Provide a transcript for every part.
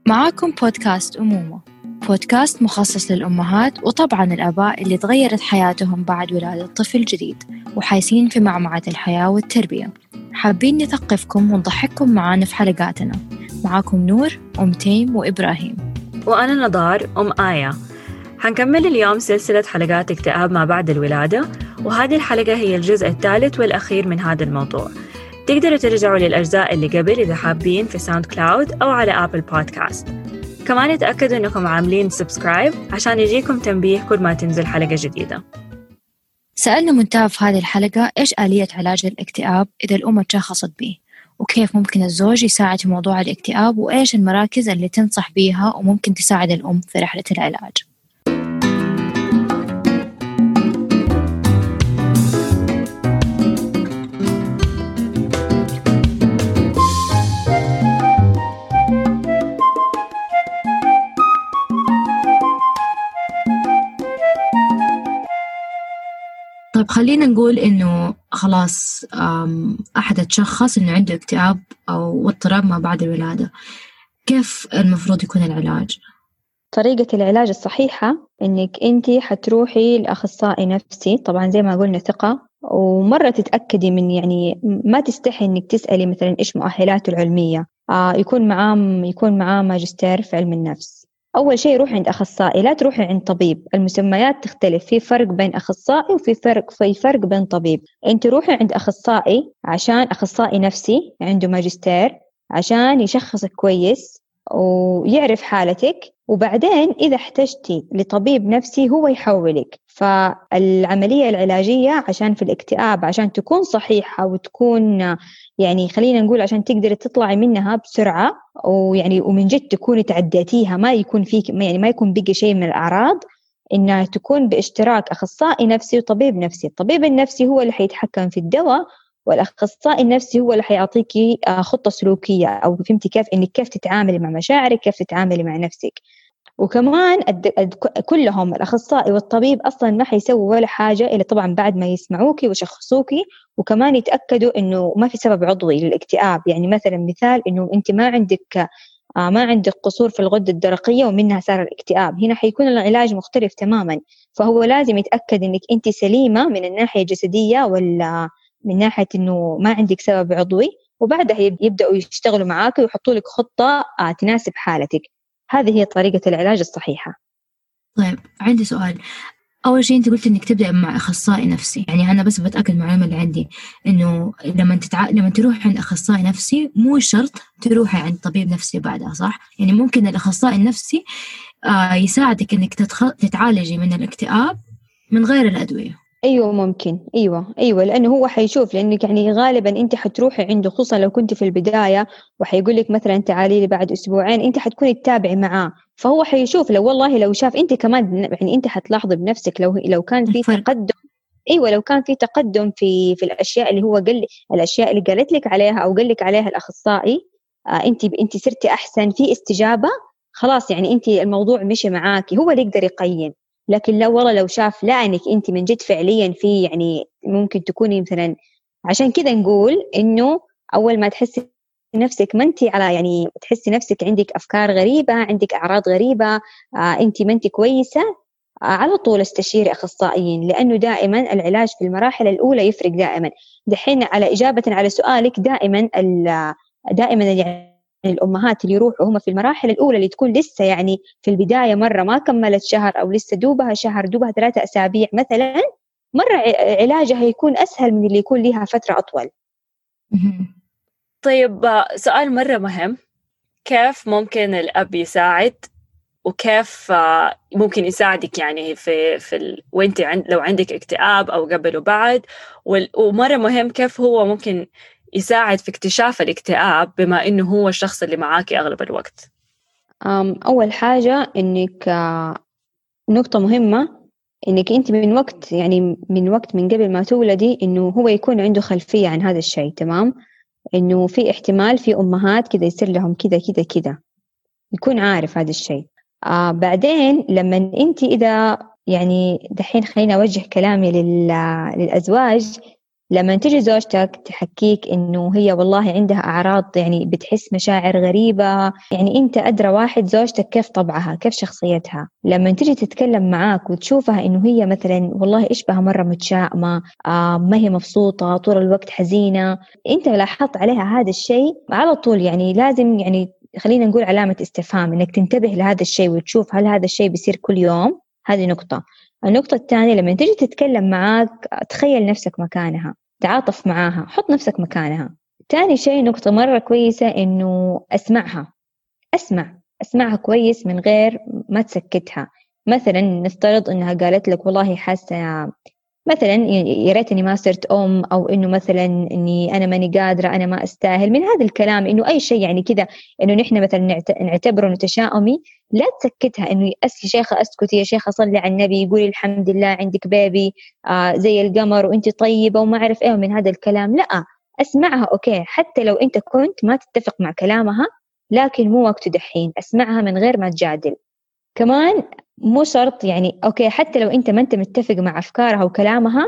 معاكم بودكاست أمومة، بودكاست مخصص للأمهات وطبعاً الآباء اللي تغيرت حياتهم بعد ولادة طفل جديد وحايسين في معمعة الحياة والتربية. حابين نثقفكم ونضحككم معانا في حلقاتنا. معاكم نور، أم تيم وإبراهيم، وأنا نضار، أم آية. حنكمل اليوم سلسلة حلقات اكتئاب ما بعد الولادة، وهذه الحلقة هي الجزء الثالث والأخير من هذا الموضوع. تقدروا ترجعوا للأجزاء اللي قبل إذا حابين في ساوند كلاود أو على آبل بودكاست. كمان تأكدوا أنكم عاملين سبسكرايب عشان يجيكم تنبيه كل ما تنزل حلقة جديدة. سألنا منتهى في هذه الحلقة إيش آلية علاج الاكتئاب إذا الأم تشخصت به، وكيف ممكن الزوج يساعد في موضوع الاكتئاب، وإيش المراكز اللي تنصح بيها وممكن تساعد الأم في رحلة العلاج. طيب خلينا نقول إنه خلاص أحد تشخص إنه عنده اكتئاب أو اضطراب ما بعد الولادة، كيف المفروض يكون العلاج؟ طريقة العلاج الصحيحة إنك أنتي حتروحي لأخصائي نفسي، طبعا زي ما قلنا ثقة، ومرة تتأكدي من يعني ما تستحي إنك تسألي مثلا إيش مؤهلاته العلمية، يكون معاه ماجستير في علم النفس. أول شيء روحي عند أخصائي، لا تروحي عند طبيب، المسميات تختلف، في فرق بين أخصائي وفي فرق بين طبيب. أنت روحي عند أخصائي عشان أخصائي نفسي عنده ماجستير عشان يشخصك كويس ويعرف حالتك، وبعدين إذا احتجتي لطبيب نفسي هو يحولك. فالعملية العلاجية عشان في الاكتئاب عشان تكون صحيحة وتكون يعني خلينا نقول عشان تقدري تطلعي منها بسرعة، ويعني ومن جد تكوني تعديتيها، ما يكون فيك يعني ما يكون بقي شيء من الأعراض، إنها تكون باشتراك أخصائي نفسي وطبيب نفسي. الطبيب النفسي هو اللي حيتحكم في الدواء، والأخصائي النفسي هو اللي حيعطيكي خطة سلوكية، أو فهمتي كيف تتعاملي مع مشاعرك، كيف تتعاملي مع نفسك. وكمان كلهم الأخصائي والطبيب أصلاً ما حيسووا ولا حاجة إلا طبعاً بعد ما يسمعوكي ويشخصوكي، وكمان يتأكدوا إنه ما في سبب عضوي للاكتئاب. يعني مثال إنه أنت ما عندك قصور في الغدة الدرقية ومنها صار الاكتئاب، هنا حيكون العلاج مختلف تماماً. فهو لازم يتأكد إنك أنت سليمة من الناحية الجسدية ولا من ناحية إنه ما عندك سبب عضوي، وبعدها يبدأوا يشتغلوا معاك ويحطوا لك خطة تناسب حالتك. هذه هي طريقة العلاج الصحيحة. طيب عندي سؤال. أول شيء أنت قلت إنك تبدأ مع أخصائي نفسي، يعني أنا بس بتأكد المعلومة اللي عندي إنه لما تروح عند أخصائي نفسي مو شرط تروحي عند طبيب نفسي بعدها، صح؟ يعني ممكن الأخصائي النفسي يساعدك إنك تتعالجي من الاكتئاب من غير الأدوية. أيوة ممكن، أيوة لأنه هو حيشوف، لأنك يعني غالبا أنت حتروحي عنده خصوصا لو كنت في البداية، وحيقول لك مثلا تعالي لي بعد أسبوعين، أنت حتكوني تتابعي معاه، فهو حيشوف لو شاف أنت كمان، يعني أنت حتلاحظي بنفسك لو كان في تقدم. أيوة لو كان في تقدم في الأشياء اللي هو الأشياء اللي قالت لك عليها أو قال لك عليها الأخصائي، أنت صرتي أحسن في استجابة، خلاص يعني أنت الموضوع مشي معاكي، هو اللي يقدر يقيم. لكن لو شاف لا انك انت من جد فعليا في يعني ممكن تكوني مثلا، عشان كذا نقول انه اول ما تحسي نفسك ما انت يعني تحسي نفسك عندك افكار غريبه، عندك اعراض غريبه، انت ما انت كويسه، على طول استشيري اخصائيين، لانه دائما العلاج في المراحل الاولى يفرق دائما. دحين على اجابه على سؤالك، دائما يعني الأمهات اللي يروحوا هم في المراحل الأولى اللي تكون لسه يعني في البداية، مرة ما كملت شهر أو لسه دوبها شهر، دوبها 3 أسابيع مثلا، مرة علاجها يكون أسهل من اللي يكون لها فترة أطول. طيب سؤال مرة مهم، كيف ممكن الأب يساعد، وكيف ممكن يساعدك يعني وانت لو عندك اكتئاب أو قبل وبعد، ومرة مهم كيف هو ممكن يساعد في اكتشاف الاكتئاب بما إنه هو الشخص اللي معاكي أغلب الوقت. أول حاجة إنك نقطة مهمة، إنك أنت من وقت من قبل ما تولدي إنه هو يكون عنده خلفية عن هذا الشيء، تمام؟ إنه في احتمال في أمهات كذا يصير لهم كذا يكون عارف هذا الشيء. بعدين لما أنت إذا يعني دحين خلينا أوجه كلامي للأزواج، لما تيجي زوجتك تحكيك إنه هي والله عندها أعراض، يعني بتحس مشاعر غريبة، يعني أنت أدرى واحد زوجتك كيف طبعها كيف شخصيتها. لما تيجي تتكلم معاك وتشوفها إنه هي مثلا والله إشبها مرة متشائمة، ما هي مبسوطة طول الوقت، حزينة، أنت لاحظت عليها هذا الشيء على طول، يعني لازم يعني خلينا نقول علامة استفهام، إنك تنتبه لهذا الشيء وتشوف هل هذا الشيء بيصير كل يوم. هذه نقطة. النقطة الثانية، لما تيجي تتكلم معاك تخيل نفسك مكانها، تعاطف معاها، حط نفسك مكانها. تاني شيء نقطة مرة كويسة إنه أسمعها كويس من غير ما تسكتها. مثلا نفترض إنها قالت لك والله حاسة مثلا يا ريتني ما صرت أم، أو إنه مثلا إني أنا ماني قادرة، أنا ما أستاهل، من هذا الكلام، إنه أي شيء يعني كذا، إنه نحن مثلا نعتبره متشائمي، لا تسكتها إنه يا شيخة أسكتي، يا شيخة صلي على النبي، قولي الحمد لله عندك بيبي زي القمر وإنتي طيبة وما أعرف إيه من هذا الكلام. لا، أسمعها أوكي، حتى لو أنت كنت ما تتفق مع كلامها، لكن مو وقت دحين، أسمعها من غير ما تجادل. كمان مو شرط يعني أوكي حتى لو أنت ما أنت متفق مع أفكارها وكلامها،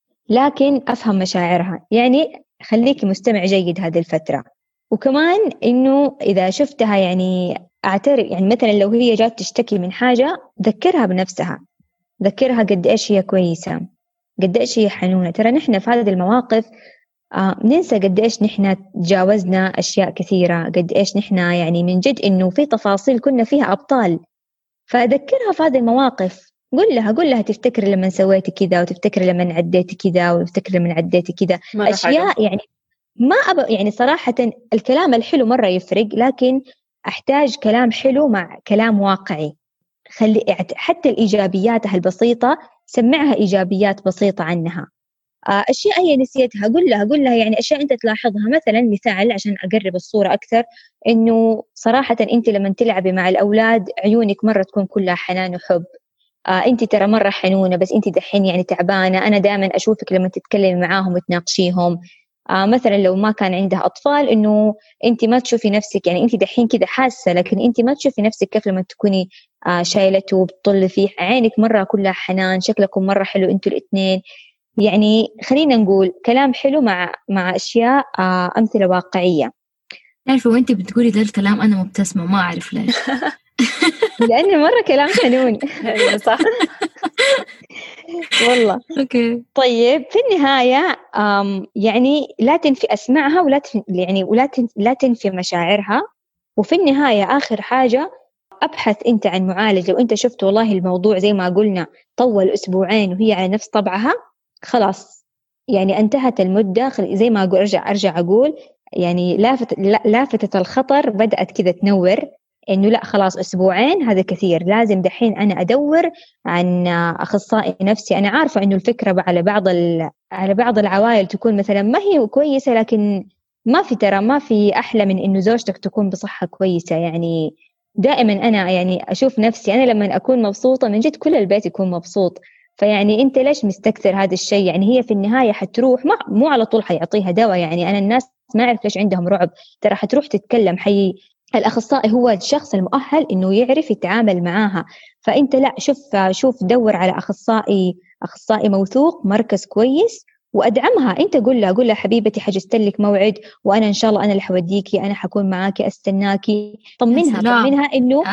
لكن أفهم مشاعرها، يعني خليكي مستمع جيد هذه الفترة. وكمان إنه إذا شفتها يعني أعترف، يعني مثلا لو هي جات تشتكي من حاجة، ذكرها بنفسها، ذكرها قد إيش هي كويسة، قد إيش هي حنونة. ترى نحن في هذه المواقف ننسى قد إيش نحن تجاوزنا أشياء كثيرة، قد إيش نحن يعني من جد إنه في تفاصيل كنا فيها أبطال. فأذكرها في هذه المواقف، قول لها تفتكري لما سويتي كذا، وتفتكري لما عديتي كذا، وتفتكري لما عديتي كذا، أشياء حلو. يعني ما يعني صراحة الكلام الحلو مرة يفرق، لكن أحتاج كلام حلو مع كلام واقعي. حتى الإيجابيات البسيطة سمعها إيجابيات بسيطة عنها. أشياء هي نسيتها قول لها يعني أشياء أنت تلاحظها. مثلا مثال عشان أقرب الصورة أكثر، إنه صراحة أنت لما تلعبي مع الأولاد عيونك مرة تكون كلها حنان وحب، أنت ترى مرة حنونة، بس أنت دحين يعني تعبانة، أنا دائما أشوفك لما تتكلمي معاهم وتناقشيهم. مثلا لو ما كان عندها أطفال، إنه أنت ما تشوفي نفسك، يعني أنت دحين كذا حاسة، لكن أنت ما تشوفي نفسك كيف لما تكوني شايلته وبتطل فيه، عينك مرة كلها حنان، شكلكم مرة حلو أنتوا الاثنين. يعني خلينا نقول كلام حلو مع أشياء أمثلة واقعية. عارفة وأنت بتقولي ذا الكلام أنا مبتسمة، ما أعرف ليش. لأنه مرة كلام حنون. صح. والله. أوكي. طيب في النهاية يعني لا تنفي، أسمعها ولا تنفي مشاعرها. وفي النهاية آخر حاجة، أبحث أنت عن معالج. لو أنت شفت والله الموضوع زي ما قلنا طول أسبوعين وهي على نفس طبعها، خلاص يعني انتهت المدة. زي ما أقول أرجع أقول يعني لافتة الخطر بدأت كذا تنور، إنه لا خلاص أسبوعين هذا كثير، لازم دحين أنا أدور عن أخصائي نفسي. أنا عارفة إنه الفكرة على بعض العوائل تكون مثلا ما هي كويسة، لكن ما في أحلى من إنه زوجتك تكون بصحة كويسة. يعني دائما أنا يعني أشوف نفسي أنا لما أكون مبسوطة من جد كل البيت يكون مبسوط. فيعني أنت ليش مستكثر هذا الشيء؟ يعني هي في النهاية حتروح، مو على طول حيعطيها دواء. يعني أنا الناس ما أعرف ليش عندهم رعب، ترى حتروح تتكلم، الأخصائي هو الشخص المؤهل إنه يعرف يتعامل معاها. فأنت لا، شوف دور على أخصائي موثوق، مركز كويس، وأدعمها. أنت قول لها حبيبتي حجزت لك موعد، وأنا إن شاء الله أنا اللي حوديكي، أنا حكون معاكي أستناكي. طمنها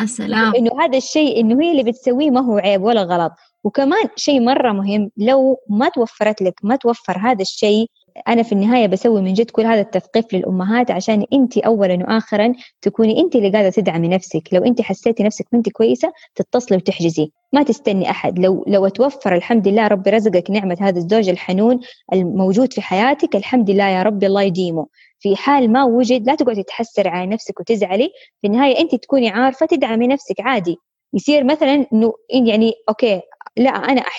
إنه هذا الشيء إنه هي اللي بتسويه ما هو عيب ولا غلط. وكمان شيء مرة مهم، لو ما توفر هذا الشيء، أنا في النهاية بسوي من جد كل هذا التثقيف للأمهات، عشان أنت أولا وآخرا تكوني أنت اللي قاعدة تدعمي نفسك. لو أنت حسيتي نفسك ما أنت كويسة تتصلي وتحجزي، ما تستني أحد. لو توفر الحمد لله ربي رزقك نعمة هذا الزوج الحنون الموجود في حياتك، الحمد لله يا ربي الله يديمه. في حال ما وجد لا تقعدي تحسري على نفسك وتزعلي، في النهاية أنت تكوني عارفة تدعمي نفسك عادي. يصير مثلا إنه يعني أوكي لا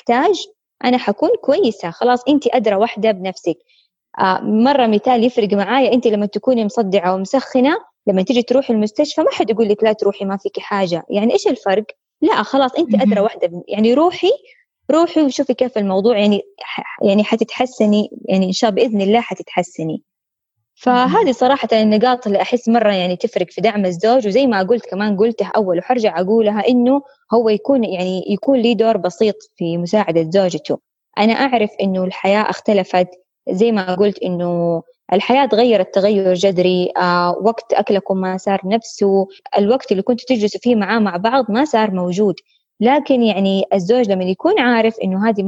أنا حكون كويسة، خلاص أنت أدرى واحدة بنفسك. مرة مثال يفرق معايا، أنت لما تكوني مصدعة ومسخنة لما تيجي تروحي المستشفى ما حد يقول لك لا تروحي ما فيك حاجة، يعني إيش الفرق؟ لا خلاص أنت أدرى واحدة، يعني روحي وشوفي كيف الموضوع، يعني حتتحسني، يعني إن شاء بإذن الله حتتحسني. فهذه صراحة النقاط اللي أحس مرة يعني تفرق في دعم الزوج. وزي ما قلت كمان قلتها أول وحرجع أقولها، إنه هو يكون لي دور بسيط في مساعدة زوجته. أنا أعرف إنه الحياة اختلفت، زي ما قلت إنه الحياة تغيرت تغير جذري. وقت أكلكم ما صار نفسه، الوقت اللي كنتوا تجلسوا فيه مع بعض ما صار موجود. لكن يعني الزوج لما يكون عارف إنه هذه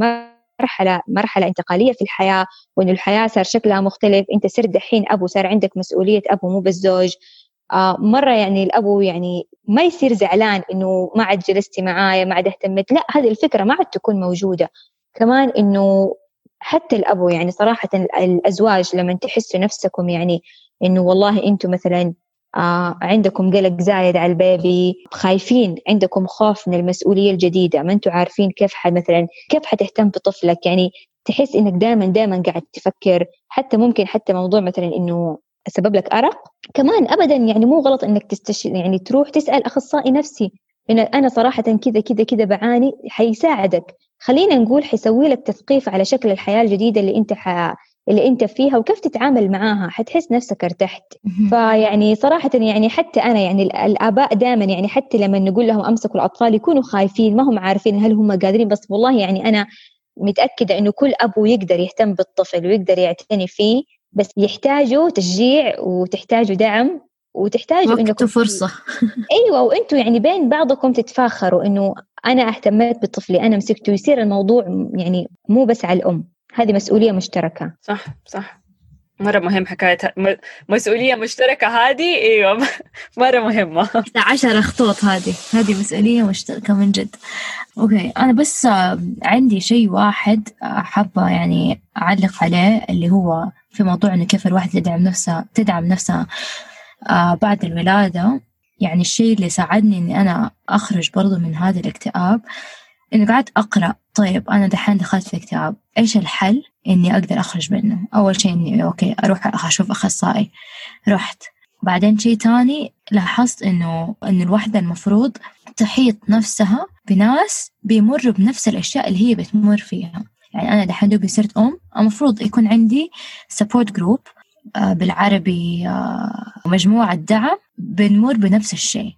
مرحلة انتقالية في الحياة، وإنه الحياة صار شكلها مختلف، أنت صرت دحين أبو، صار عندك مسؤولية أبو مو بالزوج. مرة يعني الأبو يعني ما يصير زعلان إنه ما عاد جلستي معايا، ما عاد اهتمت، لا، هذه الفكرة ما عاد تكون موجودة. كمان إنه حتى الأبو يعني صراحة الأزواج لما تحسوا نفسكم يعني إنه والله أنتم مثلا عندكم قلق زايد على البيبي، خايفين، عندكم خوف من المسؤولية الجديدة، ما أنتم عارفين كيف مثلا كيف حتهتم بطفلك، يعني تحس إنك دائما قاعد تفكر. حتى ممكن حتى موضوع مثلا إنه سبب لك أرق كمان، أبدا يعني مو غلط إنك يعني تروح تسأل أخصائي نفسي إن أنا صراحة كذا بعاني، حيساعدك. خلينا نقول حيسوي لك تثقيف على شكل الحياة الجديدة اللي انت فيها وكيف تتعامل معاها، حتحس نفسك ارتحت. فيعني صراحة يعني حتى أنا يعني الآباء دائما يعني حتى لما نقول لهم أمسكوا الأطفال يكونوا خايفين، ما هم عارفين هل هم قادرين، بس والله يعني أنا متأكدة إنه كل أبو يقدر يهتم بالطفل ويقدر يعتني فيه، بس يحتاجوا تشجيع وتحتاجوا دعم وتحتاجوا وقت فرصة. أيوة، وأنتوا يعني بين بعضكم تتفاخروا إنه أنا اهتميت بطفلي، أنا مسكته، يصير الموضوع يعني مو بس على الأم، هذه مسؤولية مشتركة. صح مرة مهم حكاية مسؤولية مشتركة هذه. أيوة مرة مهمة. 10 خطوط، هذه مسؤولية مشتركة من جد. أوكي، أنا بس عندي شيء واحد حابة يعني أعلق عليه، اللي هو في موضوع إنه كيف الواحد تدعم نفسها بعد الولادة. يعني الشيء اللي ساعدني إني أنا أخرج برضو من هذا الاكتئاب إنه قعدت أقرأ، طيب أنا دحين دخلت في اكتئاب، إيش الحل إني أقدر أخرج منه؟ أول شيء إني أوكي أروح أشوف أخصائي، رحت. بعدين شيء تاني لاحظت إنه الوحدة المفروض تحيط نفسها بناس بيمروا بنفس الأشياء اللي هي بتمر فيها. يعني أنا دحين دوبي صرت المفروض يكون عندي support group بالعربي، مجموعة دعم بنمر بنفس الشيء.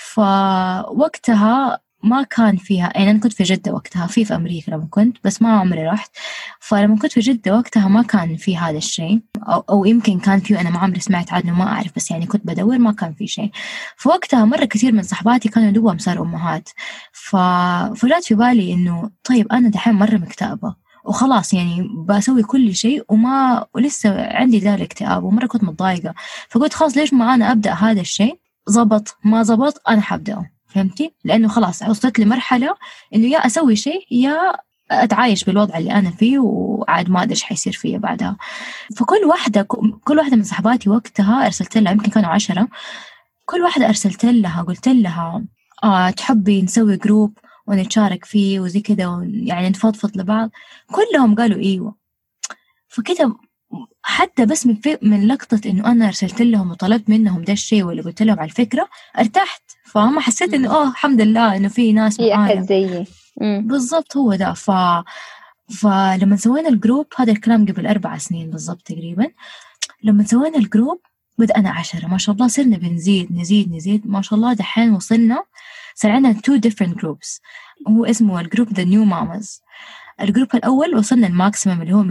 فوقتها ما كان فيها، يعني أنا كنت في جدة وقتها، في أمريكا لما كنت، بس ما عمري رحت. فلما كنت في جدة وقتها ما كان في هذا الشيء، أو يمكن كان فيه أنا ما عمري سمعت عنه، ما أعرف، بس يعني كنت بدور ما كان في شيء. فوقتها مرة كثير من صحباتي كانوا دوبهم صاروا أمهات، فجات في بالي إنه طيب أنا دحين مرة مكتئبة وخلاص، يعني بسوي كل شيء ولسه عندي ذا الاكتئاب ومرة كنت متضايقة. فقلت خلاص ليش ما أنا أبدأ هذا الشيء، زبط ما زبط أنا حبدأه، فهمتي؟ لأنه خلاص وصلت لمرحلة إنه يا أسوي شيء يا أتعايش بالوضع اللي أنا فيه، وعاد ما أدري إيش حيصير فيه بعدها. فكل واحدة من صحباتي وقتها أرسلت لها، يمكن كانوا 10، كل واحدة أرسلت لها قلت لها تحبي نسوي جروب ونتشارك فيه وزي كده، يعني نفضفض لبعض. كلهم قالوا إيوه. فكده حتى بس من لقطة إنه أنا أرسلت لهم وطلبت منهم ده الشيء واللي قلت لهم على الفكرة، ارتحت. فما حسيت إنه الحمد لله إنه في ناس معايا زيي. بالضبط، هو ده. فلما سوينا الجروب، هذا الكلام قبل 4 سنين بالضبط تقريبا، لما سوينا الجروب بدأنا 10 ما شاء الله، صرنا نزيد ما شاء الله. دحين صار عندنا 2 different groups. هو اسمه الجروب The New Mamas. الجروب الأول وصلنا الماكسيمم اللي هو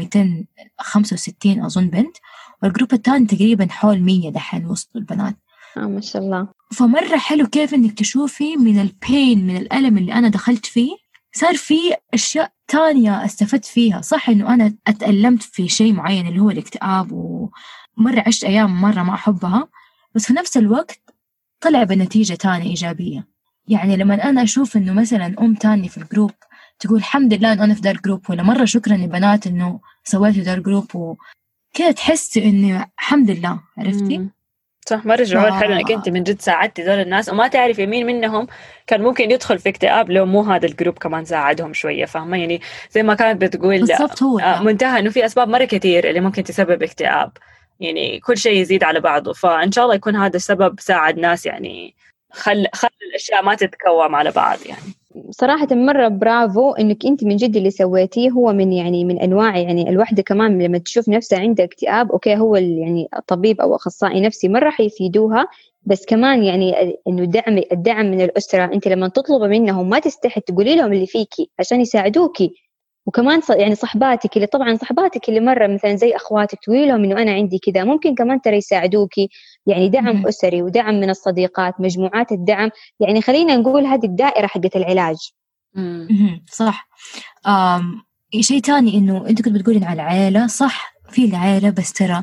265 أظن بنت، والجروب الثاني تقريبا حول 100 دحين وصلوا البنات. ما شاء الله. فمرة حلو كيف إنك تشوفي من البين، من الألم اللي أنا دخلت فيه، صار في أشياء تانية استفدت فيها. صح إنه أنا أتألمت في شيء معين اللي هو الاكتئاب، ومرة عشت أيام مرة ما أحبها، بس في نفس الوقت طلع بنتيجة تانية إيجابية. يعني لما أنا أشوف إنه مثلا تاني في الجروب تقول الحمد لله إنه أنا في دار جروب، ولا مرة شكرا لبنات إنه سويتوا دار جروب، وكده تحس إنه الحمد لله، عرفتي؟ صح، مرة شعور حلو إنك أنت من جد ساعدتي دول الناس، وما تعرفي مين منهم كان ممكن يدخل في اكتئاب لو مو هذا الجروب كمان ساعدهم شوية، فاهمة؟ يعني زي ما كانت بتقول بالضبط، هو منتهى إنه في أسباب مرة كتير اللي ممكن تسبب اكتئاب، يعني كل شيء يزيد على بعضه. فإن شاء الله يكون هذا السبب ساعد ناس، يعني خل الأشياء ما تتكوم على بعض. يعني صراحة مرة برافو إنك أنت من جد اللي سويتيه، هو من أنواع يعني الوحدة كمان لما تشوف نفسها عندها اكتئاب، أوكي هو يعني الطبيب أو أخصائي نفسي مرة حيفيدوها، بس كمان يعني إنه الدعم من الأسرة. أنت لما تطلب منهم ما تستحي تقولي لهم اللي فيكي عشان يساعدوكي، وكمان يعني صحباتك اللي طبعا صحباتك اللي مرة مثلا زي أخواتك تقولي لهم إنه أنا عندي كذا، ممكن كمان ترى يساعدوكي، يعني دعم أسري ودعم من الصديقات، مجموعات الدعم، يعني خلينا نقول هذه الدائرة حقت العلاج. صح. شيء تاني إنه أنت كنت بتقولين على العائلة، صح، في العائلة، بس ترى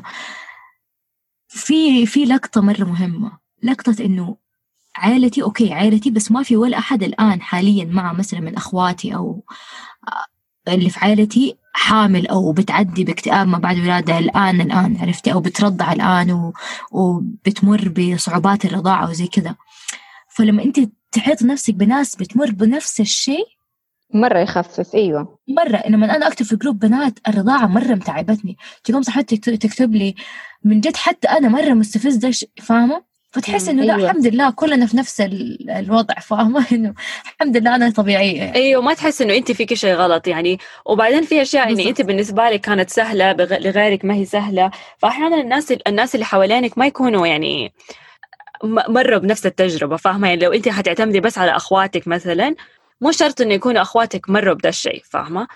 في لقطة مرة مهمة، لقطة إنه عائلتي أوكي عائلتي، بس ما في ولا أحد الآن حاليا مع مثلا من أخواتي أو اللي في عائلتي حامل أو بتعدي باكتئاب ما بعد ولادة الآن عرفتي، أو بترضع الآن وبتمر بصعوبات الرضاعة وزي كذا. فلما أنت تحيط نفسك بناس بتمر بنفس الشيء مرة يخفف. أيوة مرة. لما أنا أكتب في جروب بنات الرضاعة مرة متعبتني، تقوم صاحبتي تكتب لي من جد حتى أنا مرة مستفزة، فاهمة؟ فتحس إنه أيوة. لا الحمد لله كلنا في نفس الوضع، فاهمة؟ إنه الحمد لله أنا طبيعية يعني. أيوة، ما تحس إنه أنت فيك شيء غلط يعني. وبعدين في أشياء يعني أنت بالنسبة لك كانت سهلة لغيرك ما هي سهلة، فأحيانا الناس اللي حوالينك ما يكونوا يعني مروا بنفس التجربة، فاهمة؟ يعني لو أنت هتعتمدي بس على أخواتك مثلا، مو شرط إنه يكونوا أخواتك مروا بدا الشيء، فاهمة؟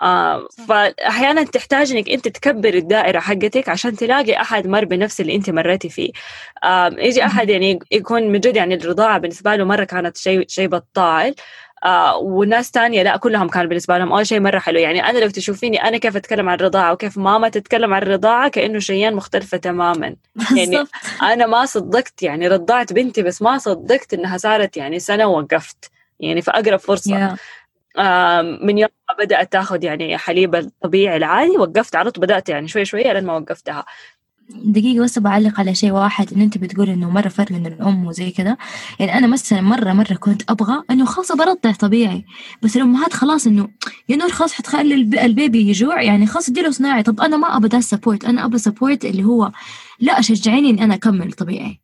فأحيانا تحتاج إنك أنت تكبر الدائرة حقتك عشان تلاقي أحد مر بنفس اللي أنت مريتي فيه. يجي أحد يعني يكون من جد يعني الرضاعة بالنسبة له مرة كانت شيء بطال، وناس تانية لا كلهم كان بالنسبة لهم أول شيء مرة حلو. يعني أنا لو تشوفيني أنا كيف أتكلم عن الرضاعة وكيف ماما تتكلم عن الرضاعة كأنه شيئين مختلفة تماما. يعني أنا ما صدقت يعني رضعت بنتي، بس ما صدقت إنها صارت يعني سنة ووقفت يعني في أقرب فرصة. من يوم ما بدأت تاخد يعني حليب الطبيعي العادي وقفت على طول، بدأت يعني شوي شوي لين ما وقفتها. دقيقة بس بعلق على شيء واحد، إن أنت بتقول إنه مرة فرق من الأم وزي كذا. يعني أنا مثلا مرة كنت أبغى إنه خلاص برضع طبيعي، بس الأمهات خلاص إنه يا نور خلاص حتخلي البيبي يجوع، يعني خلاص اديله صناعي. طب أنا ما أبغى سبورت، أنا أبغى سبورت اللي هو لا أشجعيني إن أنا أكمل طبيعي.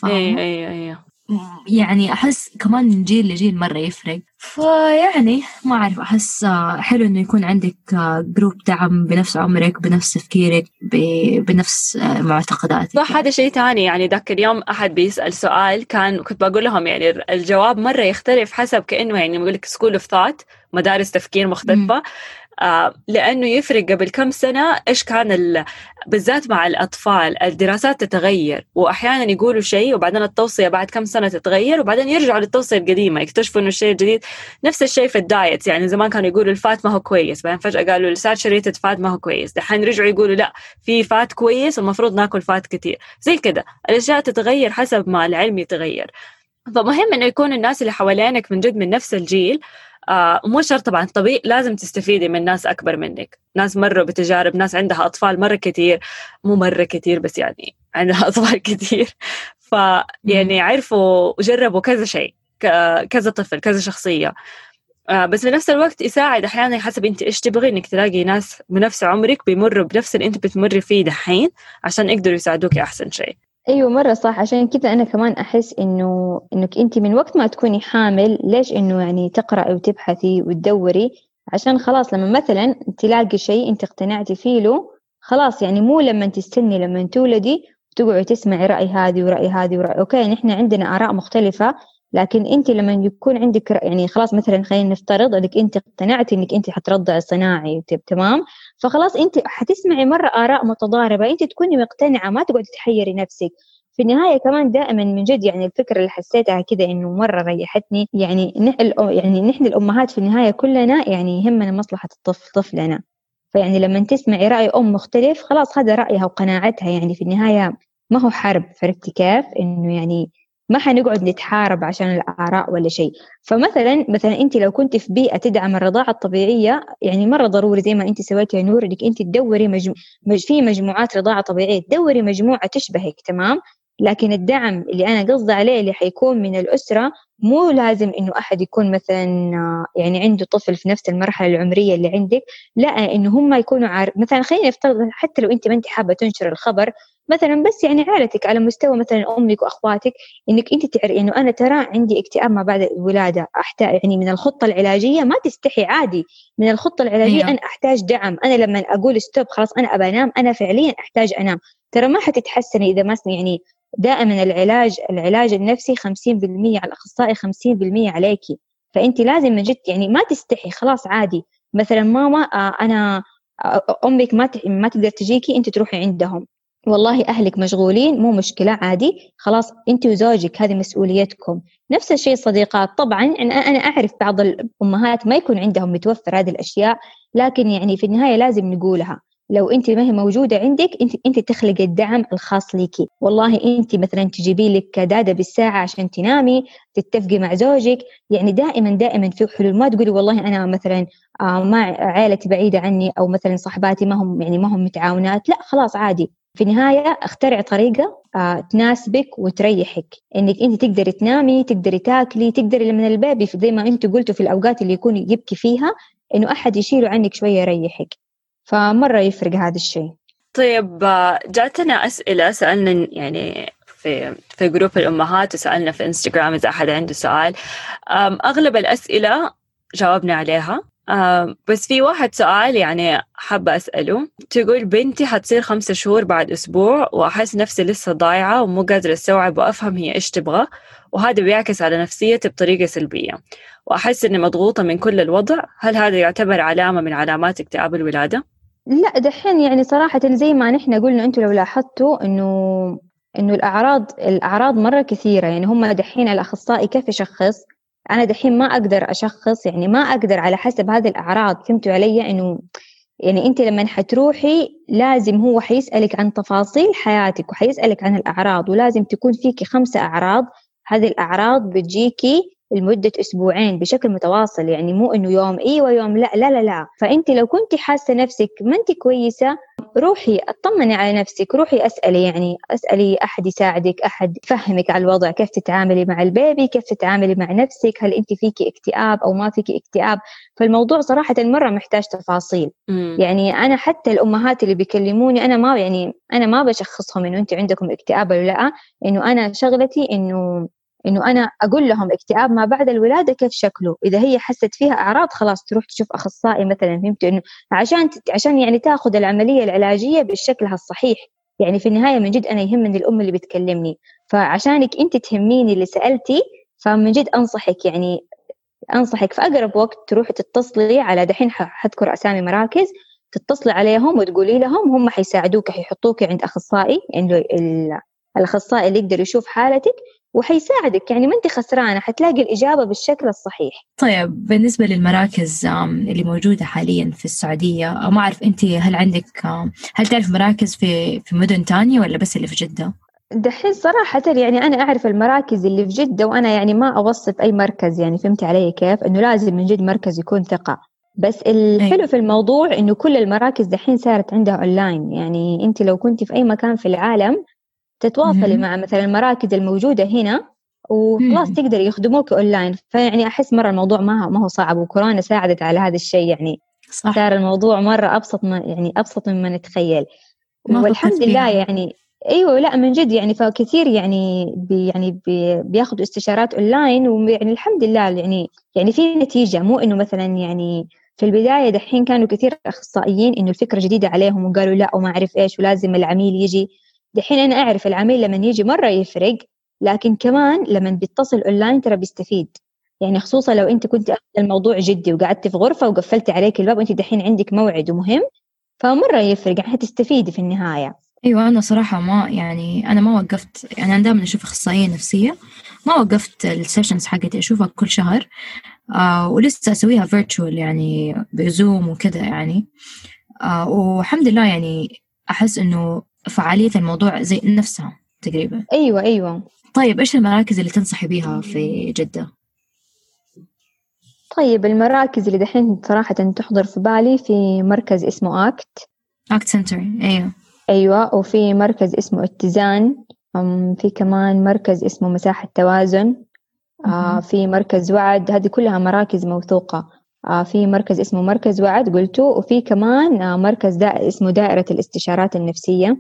أيوة. يعني أحس كمان من جيل لجيل مرة يفرق. فيعني ما أعرف، أحس حلو إنه يكون عندك جروب دعم بنفس عمرك، بنفس تفكيرك، بنفس معتقداتك. صح. هذا شيء تاني. يعني ذاك اليوم أحد بيسأل سؤال كنت بقول لهم يعني الجواب مرة يختلف حسب كأنه يعني بقول لك سكول اوف ثوت، مدارس تفكير مختلفة. لأنه يفرق قبل كم سنة إيش كان بالذات مع الأطفال الدراسات تتغير، وأحيانا يقولوا شيء وبعدين التوصية بعد كم سنة تتغير، وبعدين يرجعوا للتوصية القديمة، يكتشفوا إنه الشيء الجديد. نفس الشيء في الدايت، يعني زمان كانوا يقولوا الفات ما هو كويس، بعدين فجأة قالوا الساتشوريتد فات ما هو كويس، دحين رجعوا يقولوا لا في فات كويس والمفروض ناكل فات كتير. زي كده الأشياء تتغير حسب ما العلم يتغير. فمهم إنه يكون الناس اللي حوالينك من جد من نفس الجيل. مو شرط طبعا طبيعي لازم تستفيدي من ناس أكبر منك، ناس مروا بتجارب، ناس عندها أطفال مرة كتير، مو مرة كتير بس يعني عندها أطفال كتير، فيعني عرفوا وجربوا كذا شيء، كذا طفل كذا شخصية. بس في نفس الوقت يساعد أحيانا حسب أنت إيش تبغي، إنك تلاقي ناس بنفس عمرك بيمروا بنفس اللي أنت بتمري فيه دحين عشان يقدروا يساعدوك أحسن شيء. أيوة مرة صح. عشان كذا أنا كمان أحس إنك أنت من وقت ما تكوني حامل، ليش إنه يعني تقرأي وتبحثي وتدوري، عشان خلاص لما مثلا تلاقي شيء أنت اقتنعتي فيه له، خلاص يعني مو لما تستني لما تولدي وتقعدي تسمعي رأي هذه ورأي هذه ورأي. أوكي نحن عندنا آراء مختلفة، لكن أنت لما يكون عندك يعني خلاص مثلا خلينا نفترض إنك أنت اقتنعتي إنك أنت حترضعي صناعي تمام، فخلاص أنت حتسمعي مرة آراء متضاربة، أنت تكوني مقتنعة، ما تقعدي تحيري نفسك. في النهاية كمان دائما من جد يعني الفكرة اللي حسيتها كده إنه مرة ريحتني، يعني نحن الأمهات في النهاية كلنا يعني يهمنا مصلحة طفلنا. فيعني لما تسمعي رأي أم مختلف خلاص هذا رأيها وقناعتها، يعني في النهاية ما هو حرب، عرفتي كيف؟ إنه يعني ما حنقعد نتحارب عشان الآراء ولا شيء. فمثلا أنت لو كنت في بيئة تدعم الرضاعة الطبيعية، يعني مرة ضروري زي ما أنت سويتي يا نور إنك أنت تدوري في مجموعات رضاعة طبيعية، تدوري مجموعة تشبهك تمام. لكن الدعم اللي أنا قصدي عليه اللي حيكون من الأسرة، مو لازم إنه أحد يكون مثلا يعني عنده طفل في نفس المرحلة العمرية اللي عندك، لا إنه هم يكونوا مثلا خلينا نفترض حتى لو أنت ما أنت حابة تنشر الخبر مثلا، بس يعني عائلتك على مستوى مثلا أمك وأخواتك، إنك أنت تعرف إنه أنا ترى عندي اكتئاب ما بعد الولادة، أحتاج يعني من الخطة العلاجية، ما تستحي عادي من الخطة العلاجية. أنا أحتاج دعم، أنا لما أقول ستوب خلاص أنا أبى أنام، أنا فعليا أحتاج أنام، ترى ما حتتحسني إذا ما يعني دائما العلاج النفسي 50% على الأخصائي 50% عليكي. فأنت لازم من جد يعني ما تستحي، خلاص عادي مثلا ماما أنا أمك ما تقدر تجيكي، أنت تروحي عندهم. والله أهلك مشغولين، مو مشكلة، عادي، خلاص أنت وزوجك هذه مسؤوليتكم. نفس الشيء صديقات. طبعا أنا أعرف بعض الأمهات ما يكون عندهم متوفر هذه الأشياء، لكن يعني في النهاية لازم نقولها. لو أنت ما هي موجودة عندك، أنت تخلق الدعم الخاص ليكي. والله أنت مثلا تجيبي لك دادة بالساعة عشان تنامي، تتفقي مع زوجك. يعني دائما في حلول. ما تقولي والله أنا مثلا مع عائلتي بعيدة عني، أو مثلا صحباتي ما هم متعاونات. لا خلاص عادي. في النهاية اخترع طريقة تناسبك وتريحك، إنك أنت تقدري تنامي، تقدري تاكلي، تقدري من البيبي زي ما أنت قلتوا في الأوقات اللي يكون يبكي فيها، إنه أحد يشيله عنك شوية يريحك. فمرة يفرق هذا الشيء. طيب جاتنا أسئلة، سألنا يعني في جروب الأمهات، وسألنا في إنستغرام إذا أحد عنده سؤال. أغلب الأسئلة جاوبنا عليها، بس في واحد سؤال يعني حابة أسأله. تقول بنتي حتصير 5 شهور بعد أسبوع، وأحس نفسي لسه ضايعة ومو قادرة أستوعب وأفهم هي إيش تبغى، وهذا بيعكس على نفسيتي بطريقة سلبية، وأحس إني مضغوطة من كل الوضع. هل هذا يعتبر علامة من علامات اكتئاب الولادة؟ لا دحين يعني صراحة زي ما نحن قلنا، أنتوا لو لاحظتوا إنه الأعراض مرة كثيرة. يعني هم دحين الأخصائي كيف يشخص؟ أنا دحين ما أقدر أشخص، يعني ما أقدر على حسب هذه الأعراض. فهمتوا علي؟ إنه يعني أنت لما حتروحي لازم هو حيسألك عن تفاصيل حياتك، وحيسألك عن الأعراض، ولازم تكون فيكي 5 أعراض. هذه الأعراض بتجيكي لمدة أسبوعين بشكل متواصل، يعني مو إنه يوم إيوه يوم لا لا لا لا. فأنت لو كنت حاسة نفسك ما أنت كويسة، روحي اطمني على نفسك، روحي اسألي أحد يساعدك، أحد يفهمك على الوضع، كيف تتعاملي مع البيبي، كيف تتعاملي مع نفسك، هل أنت فيكي اكتئاب أو ما فيكي اكتئاب. فالموضوع صراحة مرة محتاج تفاصيل. يعني أنا حتى الأمهات اللي بيكلموني أنا ما بشخصهم إنه أنت عندكم اكتئاب ولا لا. إنه أنا شغلتي إنه أنا أقول لهم اكتئاب ما بعد الولادة كيف شكله. إذا هي حست فيها أعراض خلاص تروح تشوف أخصائي مثلا. فهمت؟ إنه عشان يعني تأخذ العملية العلاجية بشكلها الصحيح. يعني في النهاية من جد أنا يهمني الأم اللي بتكلمني، فعشانك أنت تهميني اللي سألتي، فمن جد أنصحك في أقرب وقت تروحي تتصلي على دحين حذكر أسامي مراكز، تتصلي عليهم وتقولي لهم، هم حيساعدوك، حيحطوك عند أخصائي، عنده الأخصائي اللي يقدر يشوف حالتك وحيساعدك. يعني ما أنت خسرانة، حتلاقي الإجابة بالشكل الصحيح. طيب بالنسبة للمراكز اللي موجودة حاليا في السعودية، ما أعرف أنت هل تعرف مراكز في مدن تانية ولا بس اللي في جدة؟ دحين صراحة يعني أنا أعرف المراكز اللي في جدة، وأنا يعني ما أوصف أي مركز. يعني فهمت علي كيف؟ إنه لازم من جد مركز يكون ثقة. بس الحلو في الموضوع إنه كل المراكز دحين صارت عندها أونلاين. يعني أنت لو كنت في أي مكان في العالم تتواصلي مع مثلا المراكز الموجودة هنا، وخلاص تقدر يخدموك أونلاين. فيعني أحس مرة الموضوع ما هو صعب، وكورونا ساعدت على هذا الشيء. يعني صح. صار الموضوع مرة أبسط مما نتخيل، والحمد لله. يعني أيوة، لا من جد يعني فكثير يعني بياخدوا استشارات أونلاين، ويعني الحمد لله يعني في نتيجة. مو إنه مثلا يعني في البداية دحين كانوا كثير أخصائيين إنه الفكرة جديدة عليهم وقالوا لا وما أعرف إيش ولازم العميل يجي. دحين أنا أعرف العميل لما يجي مرة يفرق، لكن كمان لما بيتصل أونلاين ترى بيستفيد. يعني خصوصا لو أنت كنت أخذ الموضوع جدي وقعدت في غرفة وقفلت عليك الباب وأنت دحين عندك موعد ومهم، فمرة يفرق، يعني هتستفيدي في النهاية. أيوة أنا صراحة أنا ما وقفت. يعني أنا دائما أشوف أخصائية نفسية، ما وقفت السيشنز حقتي، أشوفها كل شهر. ولسه أسويها فيرتشوال يعني بزوم وكذا يعني. والحمد لله يعني أحس إنه فعالية الموضوع زي نفسها تقريبا. أيوة. طيب إيش المراكز اللي تنصحي بيها في جدة؟ طيب المراكز اللي دحين صراحة تحضر في بالي، في مركز اسمه أكت سنتر. أيوة. وفي مركز اسمه اتزان. في كمان مركز اسمه مساحة توازن. في مركز وعد. هذه كلها مراكز موثوقة. في مركز اسمه مركز وعد قلته، وفي كمان مركز اسمه دائرة الاستشارات النفسية.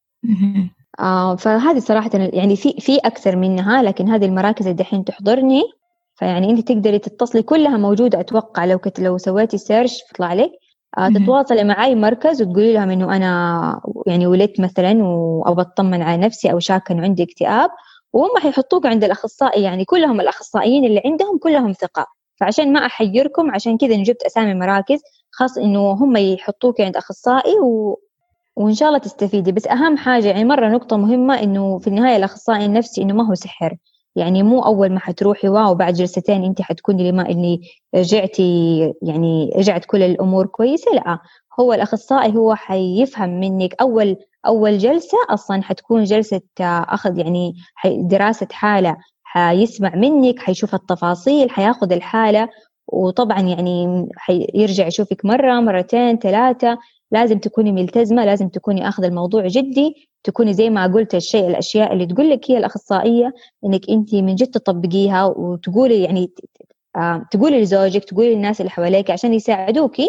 فهذه صراحة يعني في أكثر منها، لكن هذه المراكز اللي دحين تحضرني. فيعني أنت تقدري تتصلي، كلها موجودة أتوقع. لو سويتي سيرش تطلع لك. تتواصلي مع أي مركز وتقولي لهم إنه أنا يعني ولدت مثلا أو بطمن على نفسي أو شاكة إنه عندي اكتئاب، وهم حيحطوك عند الأخصائي. يعني كلهم الأخصائيين اللي عندهم كلهم ثقة. فعشان ما أحيركم، عشان كذا نجبت أسامي مراكز. خاص إنه هم يحطوك عند أخصائي وإن شاء الله تستفيدي. بس أهم حاجة يعني مرة نقطة مهمة إنه في النهاية الأخصائي النفسي إنه ما هو سحر، يعني مو أول ما حتروحي وبعد جلستين أنت حتكوني لما إني رجعتي يعني رجعت كل الأمور كويسة. لا، هو الأخصائي هو حيفهم منك أول جلسة أصلا حتكون جلسة أخذ يعني دراسة حالة، حيسمع منك، حيشوف التفاصيل، حياخذ الحالة، وطبعا يعني حيرجع يشوفك مرة مرتين ثلاثة. لازم تكوني ملتزمة، لازم تكوني أخذ الموضوع جدي، تكوني زي ما قلت الأشياء اللي تقول لك هي الأخصائية إنك أنت من جد تطبقيها وتقولي يعني تقولي لزوجك، تقولي للناس اللي حواليك عشان يساعدوكي،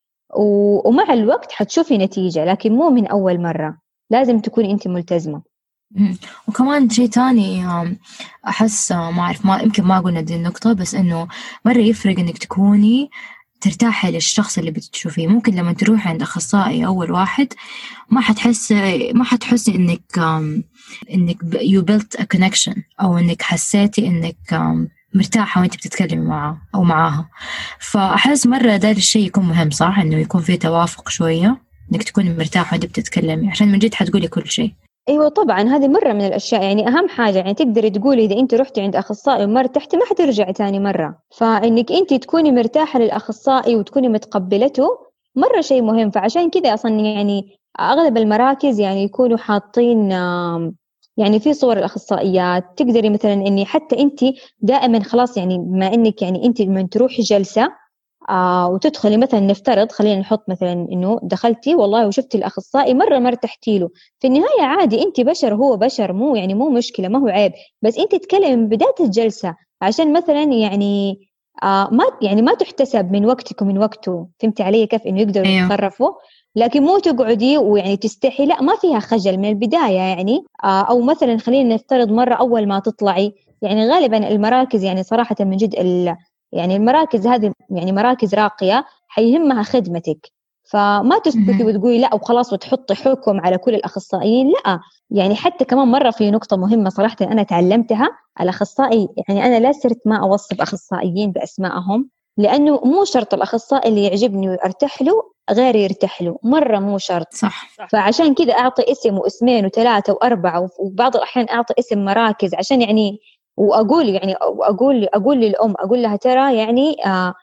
ومع الوقت حتشوفي نتيجة، لكن مو من أول مرة، لازم تكوني أنت ملتزمة. وكمان شيء تاني أحس ما أعرف، ما يمكن ما قلنا دي النقطة، بس إنه مرة يفرق إنك تكوني ترتاحي للشخص اللي بتشوفيه. ممكن لما تروحي عند أخصائي أول واحد ما حتحسي إنك you built a connection، أو إنك حسيتي إنك مرتاحة وإنت بتتكلمي معه أو معاها. فأحس مرة ده الشيء يكون مهم، صح، إنه يكون فيه توافق شوية، إنك تكوني مرتاحة وإنت بتتكلمي عشان من جد حتقولي كل شيء. ايوه طبعا، هذه مره من الاشياء يعني اهم حاجه، يعني تقدري تقولي اذا انت رحتي عند اخصائي وما ارتحتي ما حترجعي ثاني مره، فانك انت تكوني مرتاحه للاخصائي وتكوني متقبلته مره شيء مهم. فعشان كذا اصلا يعني اغلب المراكز يعني يكونوا حاطين يعني في صور الاخصائيات، تقدري مثلا اني حتى انت دائما خلاص يعني بما انك يعني انت من تروحي جلسه وتدخلي مثلا، نفترض خلينا نحط مثلا إنه دخلتي والله وشفتي الأخصائي مرة ما ارتحتي له، في النهاية عادي، أنت بشر هو بشر، مو يعني مو مشكلة، ما هو عيب، بس أنت تتكلمي من بداية الجلسة عشان مثلا يعني ما تحتسب من وقتك ومن وقته. فهمتي علي كيف إنه يقدروا يتصرفوا؟ لكن مو تقعدي ويعني تستحي، لا، ما فيها خجل من البداية يعني. أو مثلا خلينا نفترض مرة أول ما تطلعي، يعني غالبا المراكز يعني صراحة من جد يعني المراكز هذه يعني مراكز راقية حيهمها خدمتك، فما تسكتي وتقولي لا وخلاص وتحطي حكم على كل الأخصائيين، لا. يعني حتى كمان مرة في نقطة مهمة صراحة أنا تعلمتها، الأخصائي يعني أنا لا صرت ما أوصف أخصائيين بأسمائهم، لأنه مو شرط الأخصائي اللي يعجبني وأرتاح له غير يرتاح له، مرة مو شرط. صح. فعشان كذا أعطي اسم واسمين وثلاثة وأربعة، وبعض الأحيان أعطي اسم مراكز عشان يعني، وأقول يعني أقول للأم، أقول لها ترى يعني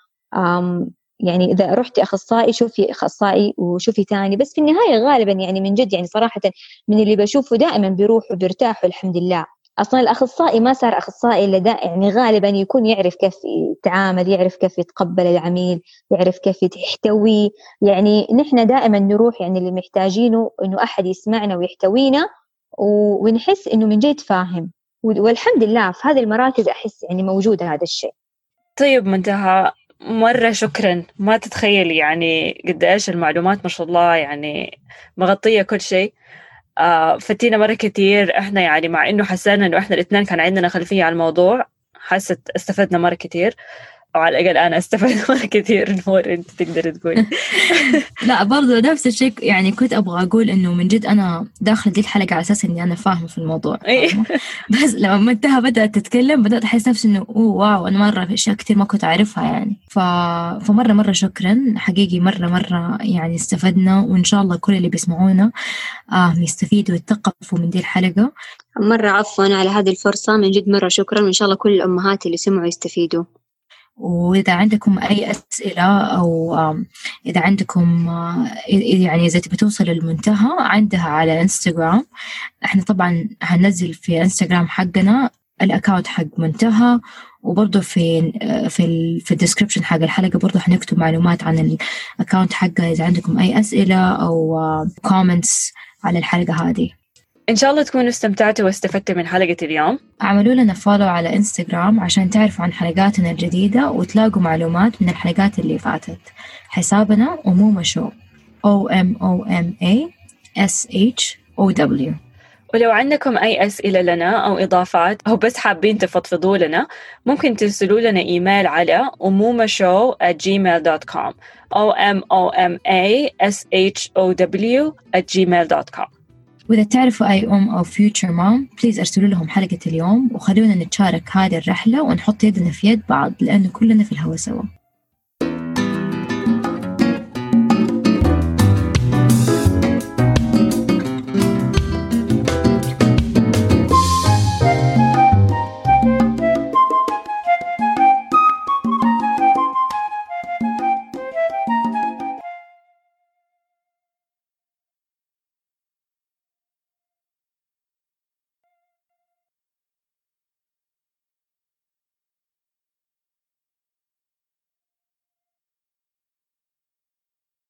يعني إذا رحتي أخصائي شوفي أخصائي وشوفي تاني. بس في النهاية غالبا يعني من جد يعني صراحة من اللي بشوفه دائما بيروحوا بيرتاحوا الحمد لله. أصلا الأخصائي ما صار أخصائي إلا يعني غالبا يكون يعرف كيف يتعامل، يعرف كيف يتقبل العميل، يعرف كيف يحتويه. يعني نحن دائما نروح يعني اللي محتاجينه إنه أحد يسمعنا ويحتوينا ونحس إنه من جد فاهم، والحمد لله في هذه المراكز أحس يعني موجود هذا الشيء. طيب منتهى، مرة شكرا، ما تتخيل يعني قد إيش المعلومات ما شاء الله، يعني مغطية كل شيء. فتينا مرة كتير إحنا، يعني مع إنه حسنا إنه إحنا الاثنين كان عندنا خلفية على الموضوع، حست استفدنا مرة كتير، أو على الأقل أنا استفدت مرة كتير. نور أنت تقدر تقول. لا برضو نفس الشيء، يعني كنت أبغى أقول إنه من جد أنا داخل دي الحلقة على أساس إني أنا فاهمة في الموضوع. بس لما منتهى بدأت تتكلم بدأت أحس نفسي إنه واو، أنا مرة في أشياء كتير ما كنت أعرفها يعني. فمرة شكرا حقيقي، مرة يعني استفدنا، وإن شاء الله كل اللي بيسمعونا يستفيدوا ويتثقفوا من دي الحلقة. مرة عفوا على هذه الفرصة، من جد مرة شكرا، وإن شاء الله كل الأمهات اللي سمعوا يستفيدوا. وإذا عندكم أي أسئلة أو إذا عندكم يعني إذا تبي توصل للمنتهى عندها على إنستغرام، إحنا طبعا هننزل في إنستغرام حقنا الأكاونت حق منتهى، وبرضه في الديسكريبشن حق الحلقة برضه هنكتب معلومات عن الأكاونت حقها إذا عندكم أي أسئلة أو كومنتس على الحلقة هذه. إن شاء الله تكونوا استمتعتوا واستفدتوا من حلقة اليوم. اعملوا لنا فولو على إنستغرام عشان تعرفوا عن حلقاتنا الجديدة وتلاقوا معلومات من الحلقات اللي فاتت. حسابنا أمومة شو OMOMASHOW. ولو عندكم أي أسئلة لنا أو إضافات أو بس حابين تفضفضوا لنا، ممكن ترسلوا لنا إيميل على umoumashow@gmail.com OMOMASHOW@gmail.com. وإذا تعرفوا أي أم أو future mom بليز أرسلوا لهم حلقة اليوم وخلونا نتشارك هذه الرحلة ونحط يدنا في يد بعض، لأنه كلنا في الهوا سوا.